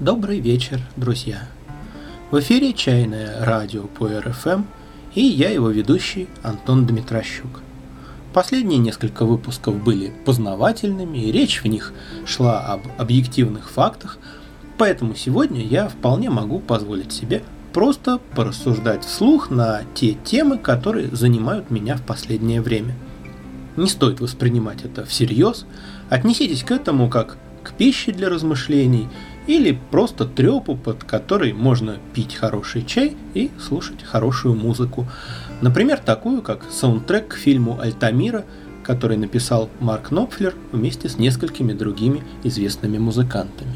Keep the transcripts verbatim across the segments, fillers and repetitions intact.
Добрый вечер, друзья! В эфире чайное радио по эр эф эм, и я его ведущий Антон Дмитрощук. Последние несколько выпусков были познавательными, и речь в них шла об объективных фактах, поэтому сегодня я вполне могу позволить себе просто порассуждать вслух на те темы, которые занимают меня в последнее время. Не стоит воспринимать это всерьез, отнеситесь к этому как к пище для размышлений или просто трепу, под который можно пить хороший чай и слушать хорошую музыку. Например, такую, как саундтрек к фильму «Альтамира», который написал Марк Нопфлер вместе с несколькими другими известными музыкантами.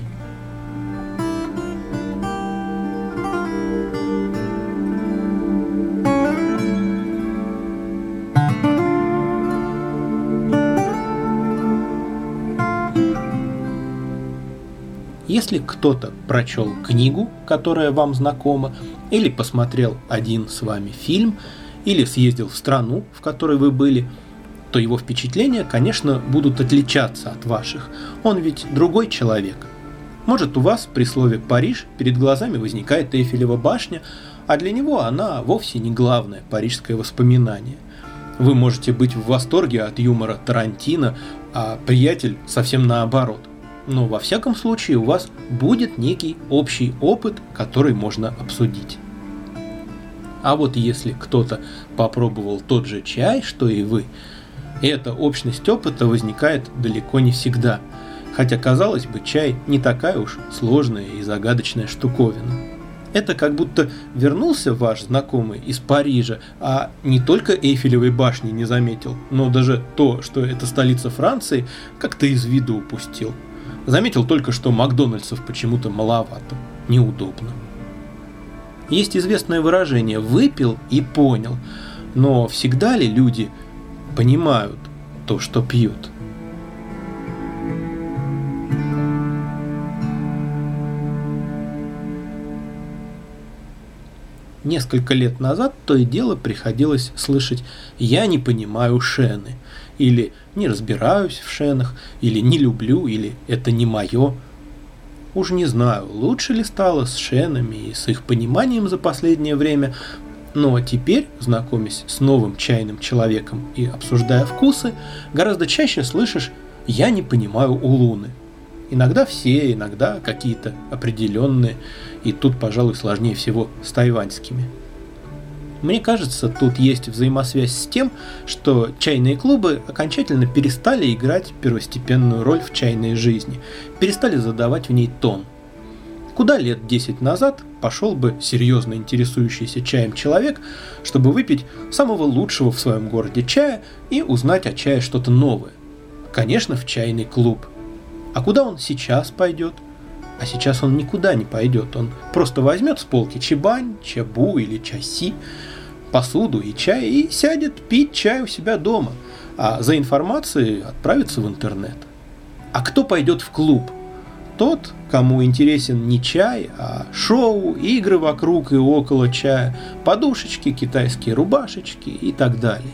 Если кто-то прочел книгу, которая вам знакома, или посмотрел один с вами фильм, или съездил в страну, в которой вы были, то его впечатления, конечно, будут отличаться от ваших. Он ведь другой человек. Может, у вас при слове «Париж» перед глазами возникает Эйфелева башня, а для него она вовсе не главное парижское воспоминание. Вы можете быть в восторге от юмора Тарантино, а приятель совсем наоборот. Но во всяком случае у вас будет некий общий опыт, который можно обсудить. А вот если кто-то попробовал тот же чай, что и вы, эта общность опыта возникает далеко не всегда. Хотя, казалось бы, чай не такая уж сложная и загадочная штуковина. Это как будто вернулся ваш знакомый из Парижа, а не только Эйфелевой башни не заметил, но даже то, что это столица Франции, как-то из виду упустил. Заметил только, что Макдональдсов почему-то маловато. Неудобно. Есть известное выражение «выпил и понял», но всегда ли люди понимают то, что пьют? Несколько лет назад то и дело приходилось слышать «я не понимаю шены», или «не разбираюсь в шенах», или «не люблю», или «это не мое». Уж не знаю, лучше ли стало с шенами и с их пониманием за последнее время, но теперь, знакомясь с новым чайным человеком и обсуждая вкусы, гораздо чаще слышишь «я не понимаю улуны». Иногда все, иногда какие-то определенные, и тут, пожалуй, сложнее всего с тайваньскими. Мне кажется, тут есть взаимосвязь с тем, что чайные клубы окончательно перестали играть первостепенную роль в чайной жизни, перестали задавать в ней тон. Куда лет десять назад пошел бы серьезно интересующийся чаем человек, чтобы выпить самого лучшего в своем городе чая и узнать о чае что-то новое? Конечно, в чайный клуб. А куда он сейчас пойдет? А сейчас он никуда не пойдет, он просто возьмет с полки чибань, чабу или часи, посуду и чай и сядет пить чай у себя дома, а за информацией отправится в интернет. А кто пойдет в клуб? Тот, кому интересен не чай, а шоу, игры вокруг и около чая, подушечки, китайские рубашечки и так далее.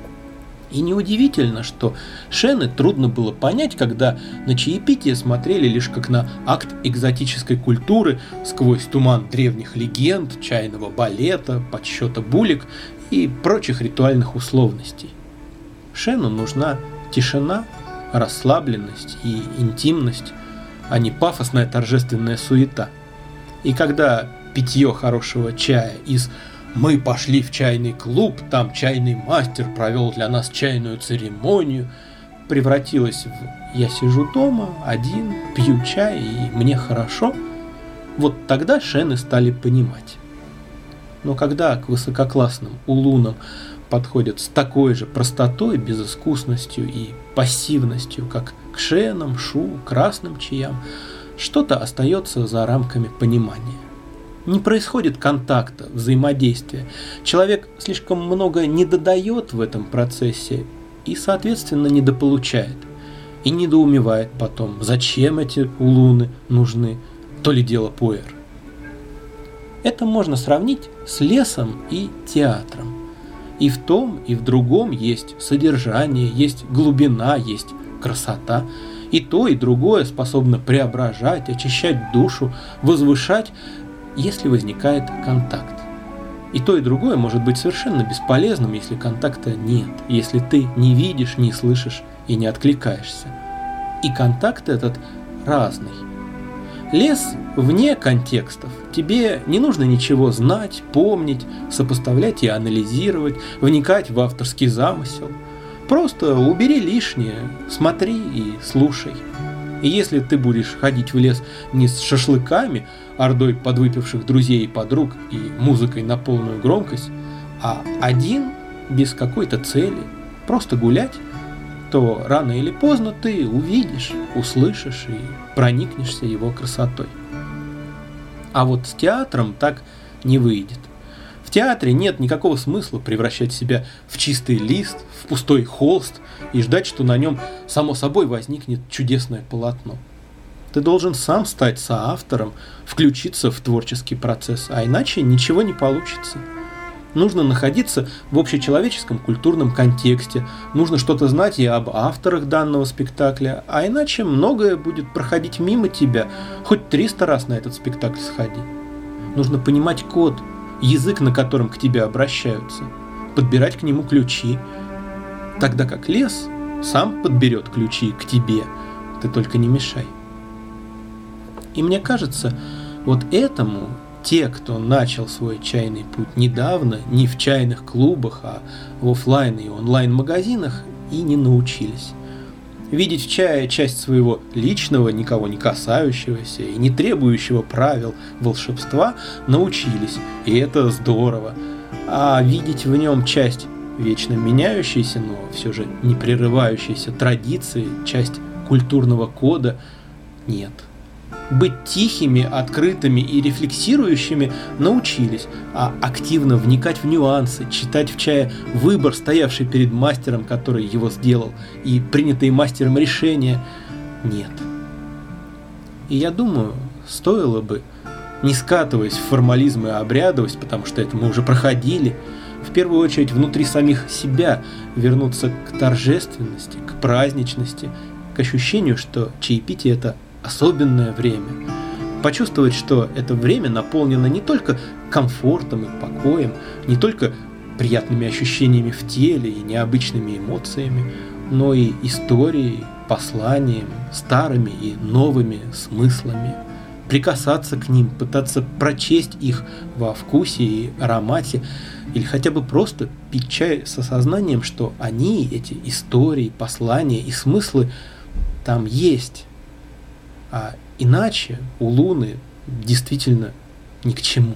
И неудивительно, что шены трудно было понять, когда на чаепитие смотрели лишь как на акт экзотической культуры сквозь туман древних легенд, чайного балета, подсчета булек и прочих ритуальных условностей. Шену нужна тишина, расслабленность и интимность, а не пафосная торжественная суета. И когда питье хорошего чая из «мы пошли в чайный клуб, там чайный мастер провел для нас чайную церемонию», превратилось в «я сижу дома, один, пью чай и мне хорошо», вот тогда шены стали понимать. Но когда к высококлассным улунам подходят с такой же простотой, безыскусностью и пассивностью, как к шенам, шу, красным чаям, что-то остается за рамками понимания. Не происходит контакта, взаимодействия. Человек слишком много недодает в этом процессе и, соответственно, недополучает. И недоумевает потом, зачем эти улуны нужны, то ли дело пуэр. Это можно сравнить с лесом и театром. И в том, и в другом есть содержание, есть глубина, есть красота. И то, и другое способно преображать, очищать душу, возвышать, если возникает контакт. И то, и другое может быть совершенно бесполезным, если контакта нет, если ты не видишь, не слышишь и не откликаешься. И контакт этот разный. Лес вне контекстов. Тебе не нужно ничего знать, помнить, сопоставлять и анализировать, вникать в авторский замысел. Просто убери лишнее, смотри и слушай. И если ты будешь ходить в лес не с шашлыками, ордой подвыпивших друзей и подруг и музыкой на полную громкость, а один, без какой-то цели, просто гулять, то рано или поздно ты увидишь, услышишь и проникнешься его красотой. А вот с театром так не выйдет. В театре нет никакого смысла превращать себя в чистый лист, в пустой холст и ждать, что на нем само собой возникнет чудесное полотно. Ты должен сам стать соавтором, включиться в творческий процесс, а иначе ничего не получится. Нужно находиться в общечеловеческом культурном контексте, нужно что-то знать и об авторах данного спектакля, а иначе многое будет проходить мимо тебя, хоть триста раз на этот спектакль сходи. Нужно понимать код, язык, на котором к тебе обращаются, подбирать к нему ключи, тогда как лес сам подберет ключи к тебе, ты только не мешай. И мне кажется, вот этому те, кто начал свой чайный путь недавно, не в чайных клубах, а в офлайн и онлайн-магазинах, и не научились. Видеть в чае часть своего личного, никого не касающегося и не требующего правил волшебства научились, и это здорово. А видеть в нем часть вечно меняющейся, но все же не прерывающейся традиции, часть культурного кода нет. Быть тихими, открытыми и рефлексирующими научились, а активно вникать в нюансы, читать в чае выбор, стоявший перед мастером, который его сделал, и принятые мастером решения нет. И я думаю, стоило бы, не скатываясь в формализм и обрядовость, потому что это мы уже проходили, в первую очередь внутри самих себя вернуться к торжественности, к праздничности, к ощущению, что чаепитие – это особенное время. Почувствовать, что это время наполнено не только комфортом и покоем, не только приятными ощущениями в теле и необычными эмоциями, но и историей, посланием, старыми и новыми смыслами. Прикасаться к ним, пытаться прочесть их во вкусе и аромате, или хотя бы просто пить чай с осознанием, что они, эти истории, послания и смыслы, там есть. А иначе у Луны действительно ни к чему.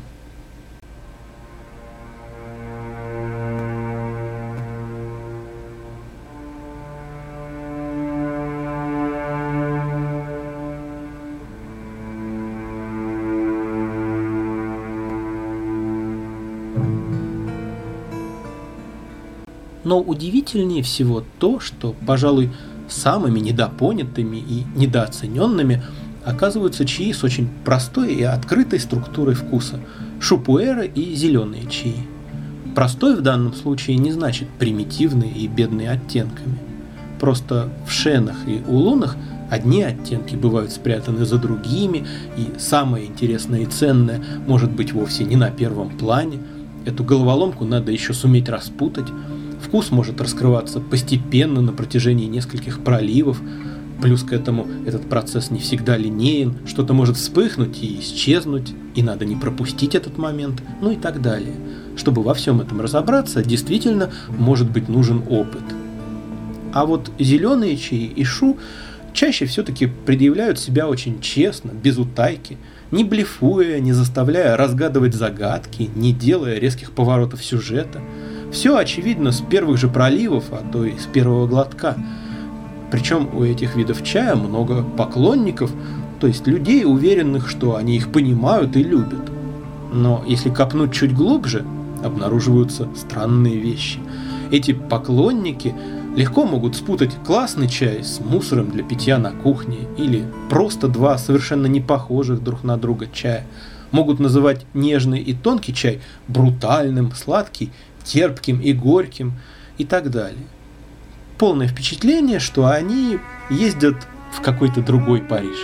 Но удивительнее всего то, что, пожалуй, самыми недопонятыми и недооцененными оказываются чаи с очень простой и открытой структурой вкуса – шупуэры и зеленые чаи. Простой в данном случае не значит примитивный и бедный оттенками. Просто в шенах и улунах одни оттенки бывают спрятаны за другими, и самое интересное и ценное может быть вовсе не на первом плане. Эту головоломку надо еще суметь распутать. Вкус может раскрываться постепенно на протяжении нескольких проливов, плюс к этому этот процесс не всегда линеен, что-то может вспыхнуть и исчезнуть, и надо не пропустить этот момент, ну и так далее. Чтобы во всем этом разобраться, действительно может быть нужен опыт. А вот зеленые чаи и шу чаще все-таки предъявляют себя очень честно, без утайки, не блефуя, не заставляя разгадывать загадки, не делая резких поворотов сюжета. Все очевидно с первых же проливов, а то и с первого глотка. Причем у этих видов чая много поклонников, то есть людей, уверенных, что они их понимают и любят. Но если копнуть чуть глубже, обнаруживаются странные вещи. Эти поклонники легко могут спутать классный чай с мусором для питья на кухне или просто два совершенно не похожих друг на друга чая. Могут называть нежный и тонкий чай брутальным, сладкий терпким и горьким и так далее. Полное впечатление, что они ездят в какой-то другой Париж.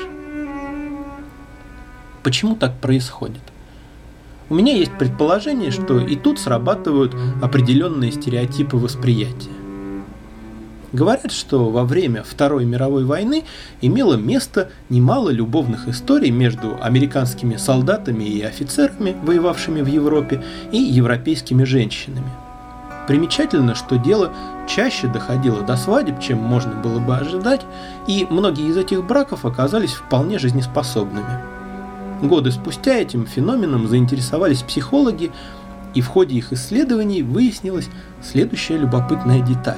Почему так происходит? У меня есть предположение, что и тут срабатывают определенные стереотипы восприятия. Говорят, что во время Второй мировой войны имело место немало любовных историй между американскими солдатами и офицерами, воевавшими в Европе, и европейскими женщинами. Примечательно, что дело чаще доходило до свадеб, чем можно было бы ожидать, и многие из этих браков оказались вполне жизнеспособными. Годы спустя этим феноменом заинтересовались психологи, и в ходе их исследований выяснилась следующая любопытная деталь.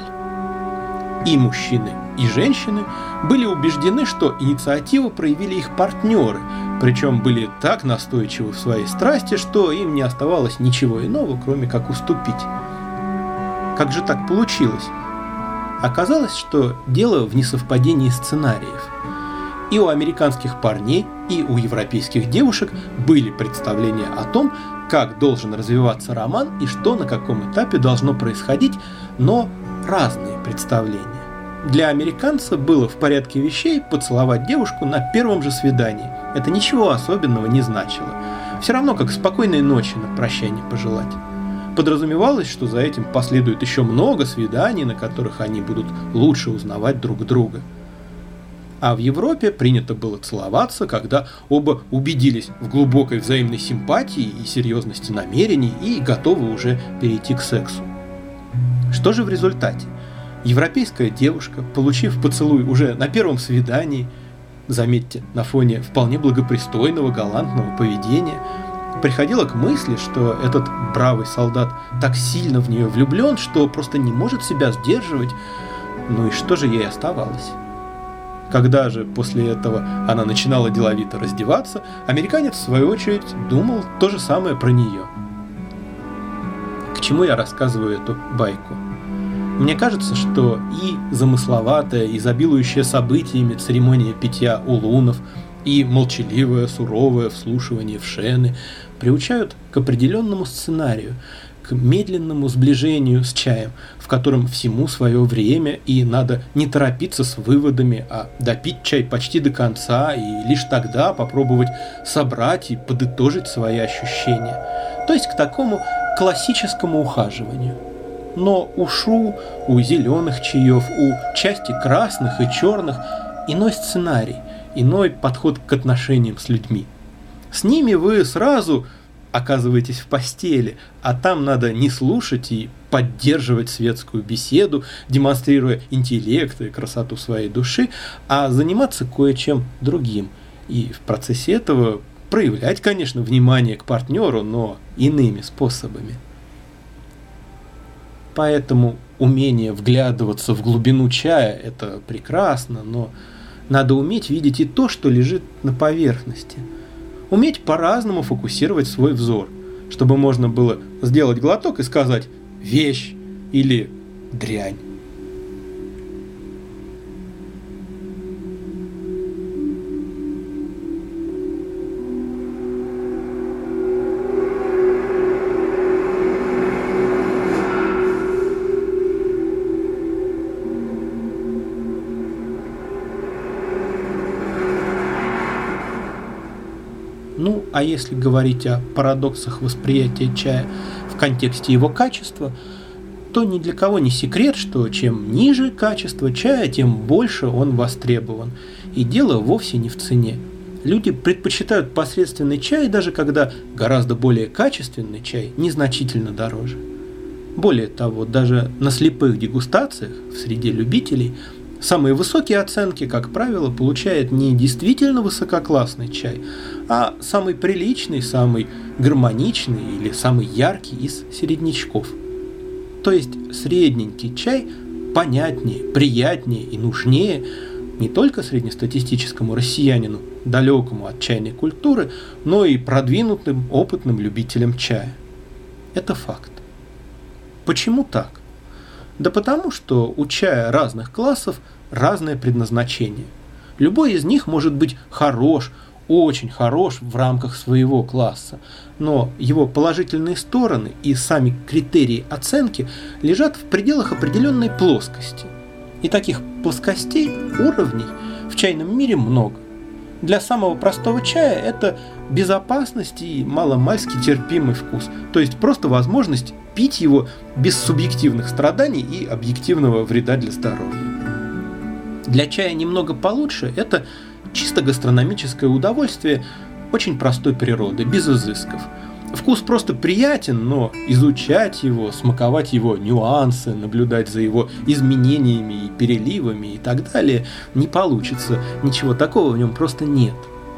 И мужчины, и женщины были убеждены, что инициативу проявили их партнеры, причем были так настойчивы в своей страсти, что им не оставалось ничего иного, кроме как уступить. Как же так получилось? Оказалось, что дело в несовпадении сценариев. И у американских парней, и у европейских девушек были представления о том, как должен развиваться роман и что на каком этапе должно происходить, но разные представления. Для американца было в порядке вещей поцеловать девушку на первом же свидании. Это ничего особенного не значило. Все равно, как спокойной ночи на прощание пожелать. Подразумевалось, что за этим последует еще много свиданий, на которых они будут лучше узнавать друг друга. А в Европе принято было целоваться, когда оба убедились в глубокой взаимной симпатии и серьезности намерений и готовы уже перейти к сексу. Что же в результате? Европейская девушка, получив поцелуй уже на первом свидании, заметьте, на фоне вполне благопристойного, галантного поведения, приходила к мысли, что этот бравый солдат так сильно в нее влюблен, что просто не может себя сдерживать. Ну и что же ей оставалось? Когда же после этого она начинала деловито раздеваться, американец, в свою очередь, думал то же самое про нее. К чему я рассказываю эту байку? Мне кажется, что и замысловатая, изобилующая событиями церемония питья улунов, и молчаливое, суровое вслушивание в шены приучают к определенному сценарию, к медленному сближению с чаем, в котором всему свое время, и надо не торопиться с выводами, а допить чай почти до конца и лишь тогда попробовать собрать и подытожить свои ощущения. То есть к такому классическому ухаживанию. Но у шу, у зеленых чаев, у части красных и черных иной сценарий, иной подход к отношениям с людьми. С ними вы сразу оказываетесь в постели, а там надо не слушать и поддерживать светскую беседу, демонстрируя интеллект и красоту своей души, а заниматься кое-чем другим. И в процессе этого проявлять, конечно, внимание к партнеру, но иными способами. Поэтому умение вглядываться в глубину чая – это прекрасно, но надо уметь видеть и то, что лежит на поверхности. Уметь по-разному фокусировать свой взор, чтобы можно было сделать глоток и сказать «вещь» или «дрянь». Ну, а если говорить о парадоксах восприятия чая в контексте его качества, то ни для кого не секрет, что чем ниже качество чая, тем больше он востребован. И дело вовсе не в цене. Люди предпочитают посредственный чай, даже когда гораздо более качественный чай незначительно дороже. Более того, даже на слепых дегустациях в среде любителей самые высокие оценки, как правило, получает не действительно высококлассный чай, а самый приличный, самый гармоничный или самый яркий из середнячков. То есть средненький чай понятнее, приятнее и нужнее не только среднестатистическому россиянину, далекому от чайной культуры, но и продвинутым, опытным любителям чая. Это факт. Почему так? Да потому, что у чая разных классов разное предназначение. Любой из них может быть хорош, очень хорош в рамках своего класса, но его положительные стороны и сами критерии оценки лежат в пределах определенной плоскости. И таких плоскостей, уровней в чайном мире много. Для самого простого чая это безопасность и маломальски терпимый вкус, то есть просто возможность пить его без субъективных страданий и объективного вреда для здоровья. Для чая немного получше это чисто гастрономическое удовольствие очень простой природы, без изысков. Вкус просто приятен, но изучать его, смаковать его нюансы, наблюдать за его изменениями и переливами и так далее не получится. Ничего такого в нем просто нет.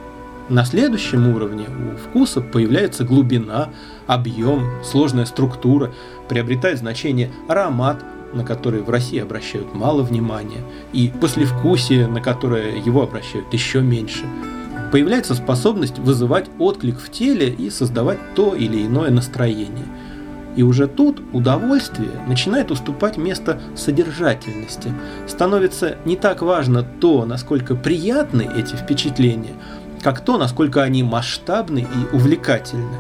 На следующем уровне у вкуса появляется глубина, объем, сложная структура, приобретает значение аромат, на который в России обращают мало внимания, и послевкусие, на которое его обращают еще меньше. Появляется способность вызывать отклик в теле и создавать то или иное настроение. И уже тут удовольствие начинает уступать место содержательности. Становится не так важно то, насколько приятны эти впечатления, как то, насколько они масштабны и увлекательны.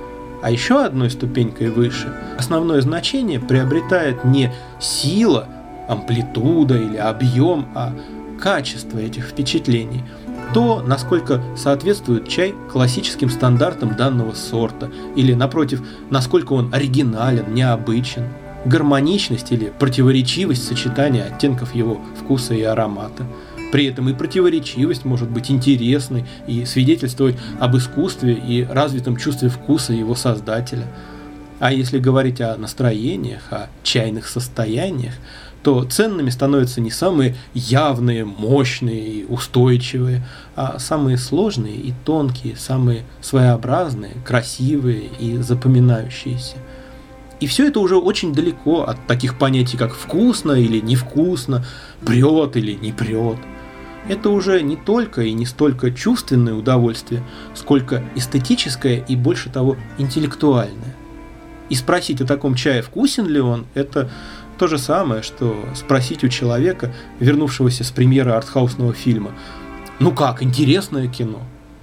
А еще одной ступенькой выше основное значение приобретает не сила, амплитуда или объем, а качество этих впечатлений. То, насколько соответствует чай классическим стандартам данного сорта, или, напротив, насколько он оригинален, необычен, гармоничность или противоречивость сочетания оттенков его вкуса и аромата. При этом и противоречивость может быть интересной и свидетельствовать об искусстве и развитом чувстве вкуса его создателя. А если говорить о настроениях, о чайных состояниях, то ценными становятся не самые явные, мощные и устойчивые, а самые сложные и тонкие, самые своеобразные, красивые и запоминающиеся. И все это уже очень далеко от таких понятий, как вкусно или невкусно, прет или не прет. Это уже не только и не столько чувственное удовольствие, сколько эстетическое и, больше того, интеллектуальное. И спросить о таком чае, вкусен ли он, это то же самое, что спросить у человека, вернувшегося с премьеры артхаусного фильма: «Ну как, интересное кино?»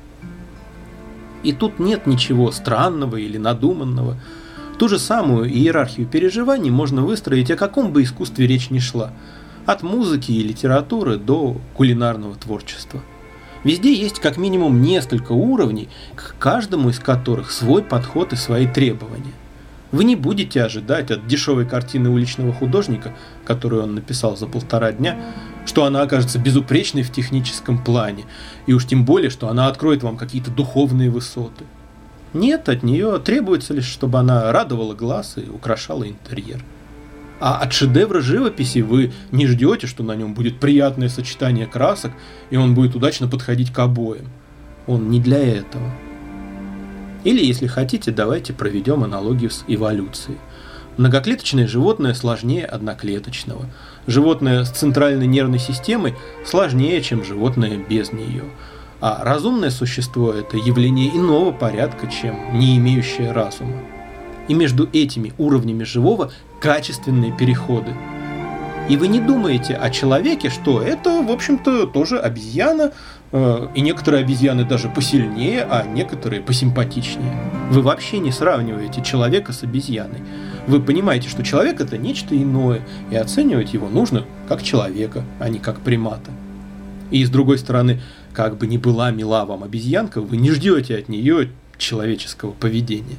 И тут нет ничего странного или надуманного. Ту же самую иерархию переживаний можно выстроить, о каком бы искусстве речь ни шла. От музыки и литературы до кулинарного творчества. Везде есть как минимум несколько уровней, к каждому из которых свой подход и свои требования. Вы не будете ожидать от дешевой картины уличного художника, которую он написал за полтора дня, что она окажется безупречной в техническом плане, и уж тем более, что она откроет вам какие-то духовные высоты. Нет, от нее требуется лишь, чтобы она радовала глаз и украшала интерьер. А от шедевра живописи вы не ждете, что на нем будет приятное сочетание красок, и он будет удачно подходить к обоям. Он не для этого. Или, если хотите, давайте проведем аналогию с эволюцией. Многоклеточное животное сложнее одноклеточного. Животное с центральной нервной системой сложнее, чем животное без нее. А разумное существо – это явление иного порядка, чем не имеющее разума. И между этими уровнями живого качественные переходы. И вы не думаете о человеке, что это, в общем-то, тоже обезьяна, э, и некоторые обезьяны даже посильнее, а некоторые посимпатичнее. Вы вообще не сравниваете человека с обезьяной. Вы понимаете, что человек – это нечто иное, и оценивать его нужно как человека, а не как примата. И с другой стороны, как бы ни была мила вам обезьянка, вы не ждете от нее человеческого поведения.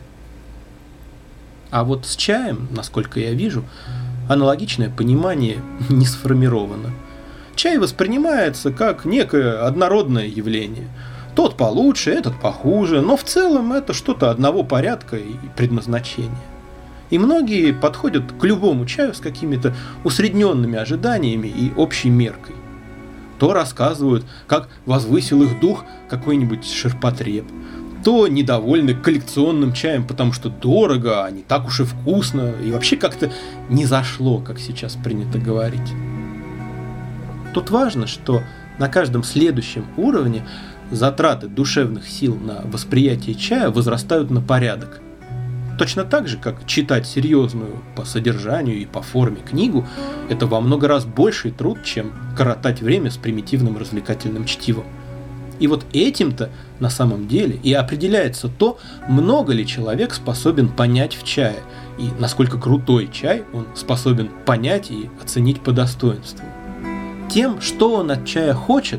А вот с чаем, насколько я вижу, аналогичное понимание не сформировано. Чай воспринимается как некое однородное явление. Тот получше, этот похуже, но в целом это что-то одного порядка и предназначения. И многие подходят к любому чаю с какими-то усредненными ожиданиями и общей меркой. То рассказывают, как возвысил их дух какой-нибудь ширпотреб, то недовольны коллекционным чаем, потому что дорого, а не так уж и вкусно, и вообще как-то не зашло, как сейчас принято говорить. Тут важно, что на каждом следующем уровне затраты душевных сил на восприятие чая возрастают на порядок. Точно так же, как читать серьезную по содержанию и по форме книгу – это во много раз больший труд, чем коротать время с примитивным развлекательным чтивом. И вот этим-то на самом деле и определяется то, много ли человек способен понять в чае, и насколько крутой чай он способен понять и оценить по достоинству. Тем, что он от чая хочет,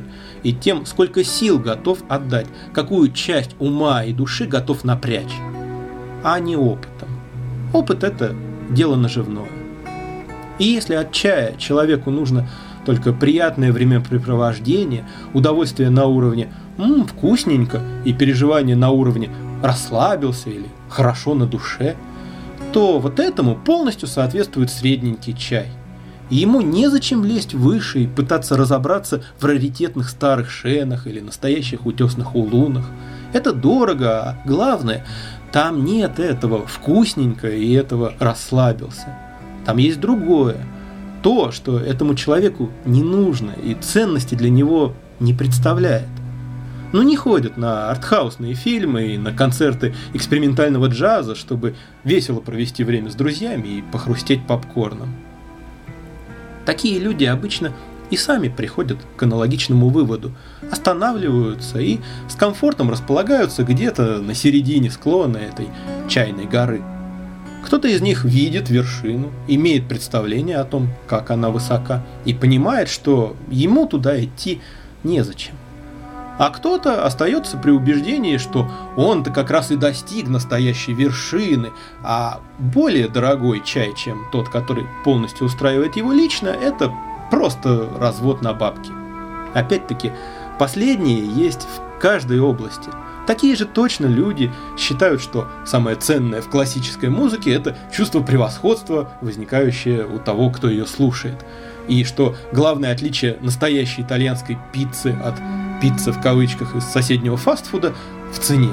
и тем, сколько сил готов отдать, какую часть ума и души готов напрячь, а не опытом. Опыт – это дело наживное. И если от чая человеку нужно только приятное времяпрепровождение, удовольствие на уровне «ммм, вкусненько» и переживание на уровне «расслабился» или «хорошо на душе», то вот этому полностью соответствует средненький чай. И ему незачем лезть выше и пытаться разобраться в раритетных старых шенах или настоящих утесных улунах. Это дорого, а главное, там нет этого «вкусненько» и этого «расслабился». Там есть другое. То, что этому человеку не нужно и ценности для него не представляет. Но не ходят на артхаусные фильмы и на концерты экспериментального джаза, чтобы весело провести время с друзьями и похрустеть попкорном. Такие люди обычно и сами приходят к аналогичному выводу, останавливаются и с комфортом располагаются где-то на середине склона этой чайной горы. Кто-то из них видит вершину, имеет представление о том, как она высока, и понимает, что ему туда идти незачем. А кто-то остается при убеждении, что он-то как раз и достиг настоящей вершины, а более дорогой чай, чем тот, который полностью устраивает его лично, это просто развод на бабки. Опять-таки, последнее есть в каждой области. Такие же точно люди считают, что самое ценное в классической музыке – это чувство превосходства, возникающее у того, кто ее слушает. И что главное отличие настоящей итальянской пиццы от пиццы в кавычках из соседнего фастфуда в цене.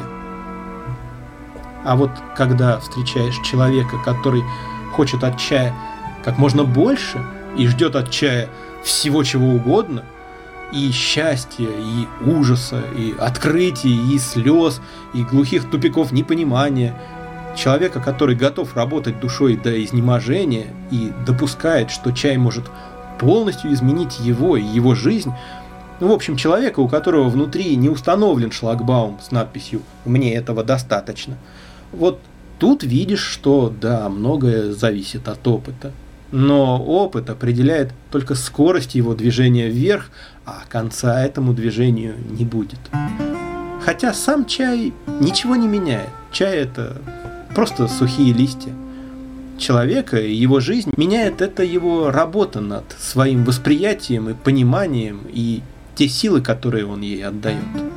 А вот когда встречаешь человека, который хочет от чая как можно больше и ждет от чая всего чего угодно, и счастья, и ужаса, и открытий, и слез, и глухих тупиков непонимания, человека, который готов работать душой до изнеможения и допускает, что чай может полностью изменить его и его жизнь, ну, в общем, человека, у которого внутри не установлен шлагбаум с надписью «Мне этого достаточно». Вот тут видишь, что, да, многое зависит от опыта. Но опыт определяет только скорость его движения вверх, а конца этому движению не будет. Хотя сам чай ничего не меняет. Чай – это просто сухие листья. Человека и его жизнь меняет это его работа над своим восприятием и пониманием, и те силы, которые он ей отдает.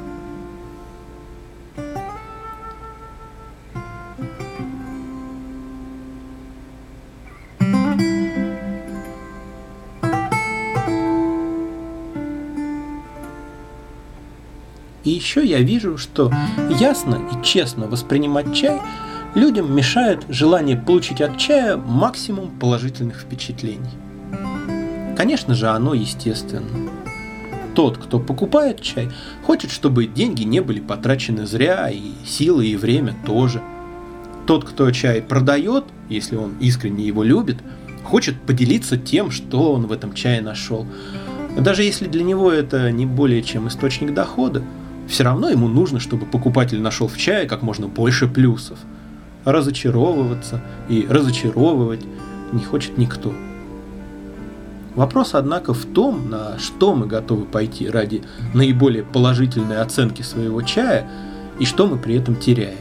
И еще я вижу, что ясно и честно воспринимать чай людям мешает желание получить от чая максимум положительных впечатлений. Конечно же, оно естественно. Тот, кто покупает чай, хочет, чтобы деньги не были потрачены зря, и силы, и время тоже. Тот, кто чай продает, если он искренне его любит, хочет поделиться тем, что он в этом чае нашел. Даже если для него это не более чем источник дохода, все равно ему нужно, чтобы покупатель нашел в чае как можно больше плюсов. Разочаровываться и разочаровывать не хочет никто. Вопрос, однако, в том, на что мы готовы пойти ради наиболее положительной оценки своего чая и что мы при этом теряем.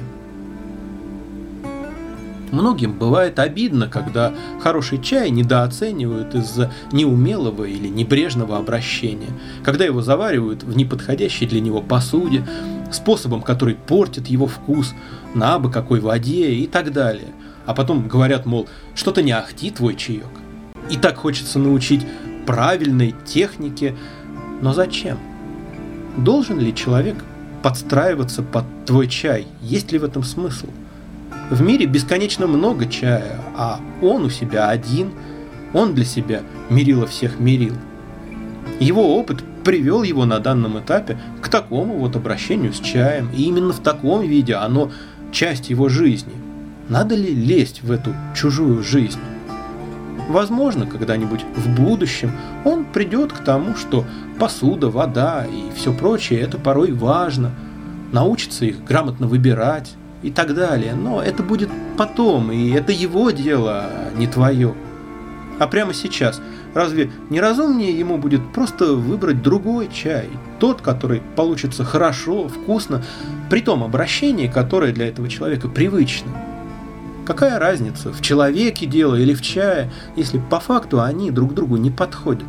Многим бывает обидно, когда хороший чай недооценивают из-за неумелого или небрежного обращения, когда его заваривают в неподходящей для него посуде, способом, который портит его вкус, на абы какой воде и так далее. А потом говорят, мол, что-то не ахти твой чаек. И так хочется научить правильной технике, но зачем? Должен ли человек подстраиваться под твой чай? Есть ли в этом смысл? В мире бесконечно много чая, а он у себя один, он для себя мерило всех мерил. Его опыт привел его на данном этапе к такому вот обращению с чаем, и именно в таком виде оно часть его жизни. Надо ли лезть в эту чужую жизнь? Возможно, когда-нибудь в будущем он придет к тому, что посуда, вода и все прочее – это порой важно, научится их грамотно выбирать и так далее. Но это будет потом, и это его дело, а не твое. А прямо сейчас, разве не разумнее ему будет просто выбрать другой чай, тот, который получится хорошо, вкусно, при том обращении, которое для этого человека привычно? Какая разница, в человеке дело или в чае, если по факту они друг другу не подходят?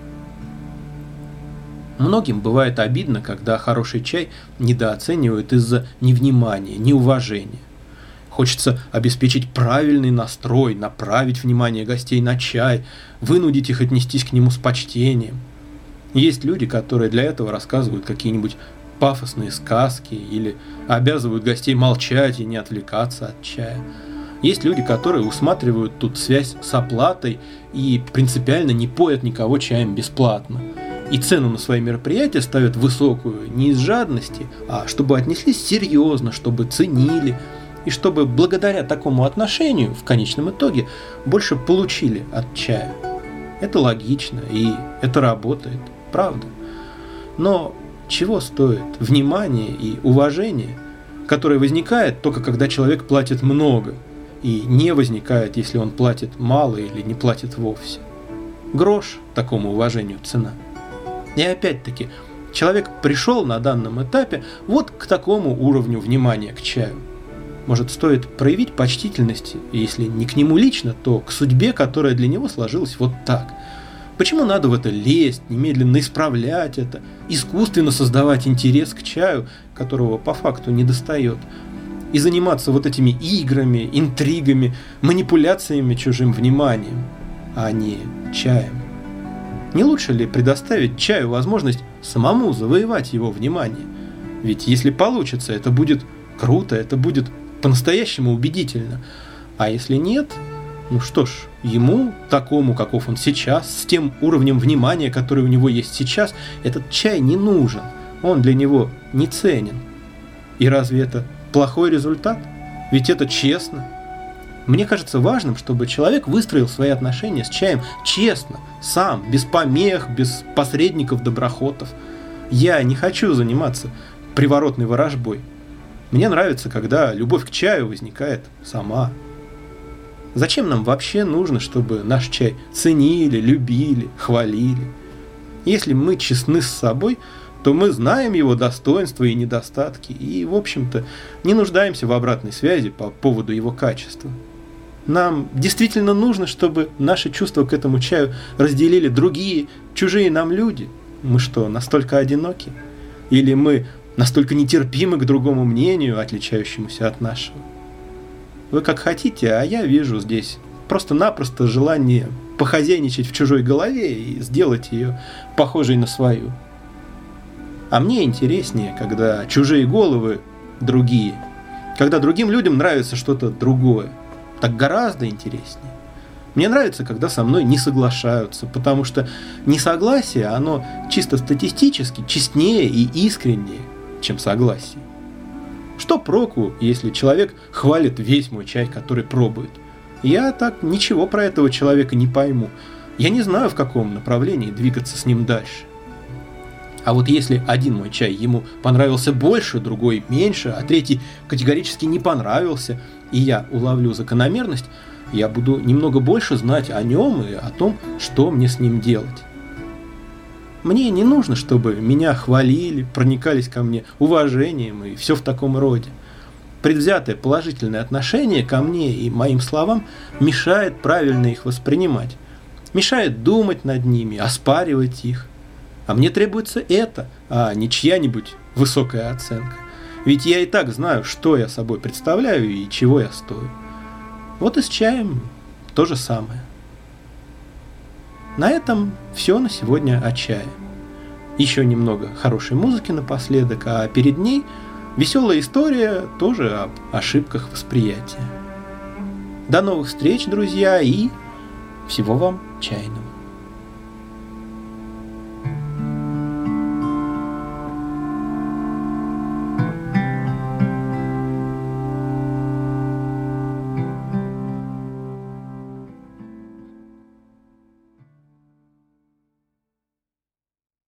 Многим бывает обидно, когда хороший чай недооценивают из-за невнимания, неуважения. Хочется обеспечить правильный настрой, направить внимание гостей на чай, вынудить их отнестись к нему с почтением. Есть люди, которые для этого рассказывают какие-нибудь пафосные сказки или обязывают гостей молчать и не отвлекаться от чая. Есть люди, которые усматривают тут связь с оплатой и принципиально не поят никого чаем бесплатно. И цену на свои мероприятия ставят высокую не из жадности, а чтобы отнеслись серьезно, чтобы ценили, и чтобы благодаря такому отношению в конечном итоге больше получили от чая. Это логично, и это работает, правда. Но чего стоит внимание и уважение, которое возникает только когда человек платит много, и не возникает, если он платит мало или не платит вовсе? Грош такому уважению цена. И опять-таки, человек пришел на данном этапе вот к такому уровню внимания к чаю. Может, стоит проявить почтительность, если не к нему лично, то к судьбе, которая для него сложилась вот так. Почему надо в это лезть, немедленно исправлять это, искусственно создавать интерес к чаю, которого по факту не достает, и заниматься вот этими играми, интригами, манипуляциями чужим вниманием, а не чаем? Не лучше ли предоставить чаю возможность самому завоевать его внимание? Ведь если получится, это будет круто, это будет по-настоящему убедительно. А если нет, ну что ж, ему, такому, каков он сейчас, с тем уровнем внимания, который у него есть сейчас, этот чай не нужен, он для него не ценен. И разве это плохой результат? Ведь это честно. Мне кажется важным, чтобы человек выстроил свои отношения с чаем честно, сам, без помех, без посредников-доброхотов. Я не хочу заниматься приворотной ворожбой. Мне нравится, когда любовь к чаю возникает сама. Зачем нам вообще нужно, чтобы наш чай ценили, любили, хвалили? Если мы честны с собой, то мы знаем его достоинства и недостатки и, в общем-то, не нуждаемся в обратной связи по поводу его качества. Нам действительно нужно, чтобы наши чувства к этому чаю разделили другие, чужие нам люди. Мы что, настолько одиноки? Или мы настолько нетерпимы к другому мнению, отличающемуся от нашего? Вы как хотите, а я вижу здесь просто-напросто желание похозяйничать в чужой голове и сделать ее похожей на свою. А мне интереснее, когда чужие головы другие, когда другим людям нравится что-то другое. Так гораздо интереснее. Мне нравится, когда со мной не соглашаются, потому что несогласие, оно чисто статистически честнее и искреннее, чем согласие. Что проку, если человек хвалит весь мой чай, который пробует? Я так ничего про этого человека не пойму. Я не знаю, в каком направлении двигаться с ним дальше. А вот если один мой чай ему понравился больше, другой меньше, а третий категорически не понравился, и я уловлю закономерность, я буду немного больше знать о нем и о том, что мне с ним делать. Мне не нужно, чтобы меня хвалили, проникались ко мне уважением и все в таком роде. Предвзятое положительное отношение ко мне и моим словам мешает правильно их воспринимать, мешает думать над ними, оспаривать их. А мне требуется это, а не чья-нибудь высокая оценка. Ведь я и так знаю, что я собой представляю и чего я стою. Вот и с чаем то же самое. На этом все на сегодня о чае. Еще немного хорошей музыки напоследок, а перед ней веселая история тоже об ошибках восприятия. До новых встреч, друзья, и всего вам чайного.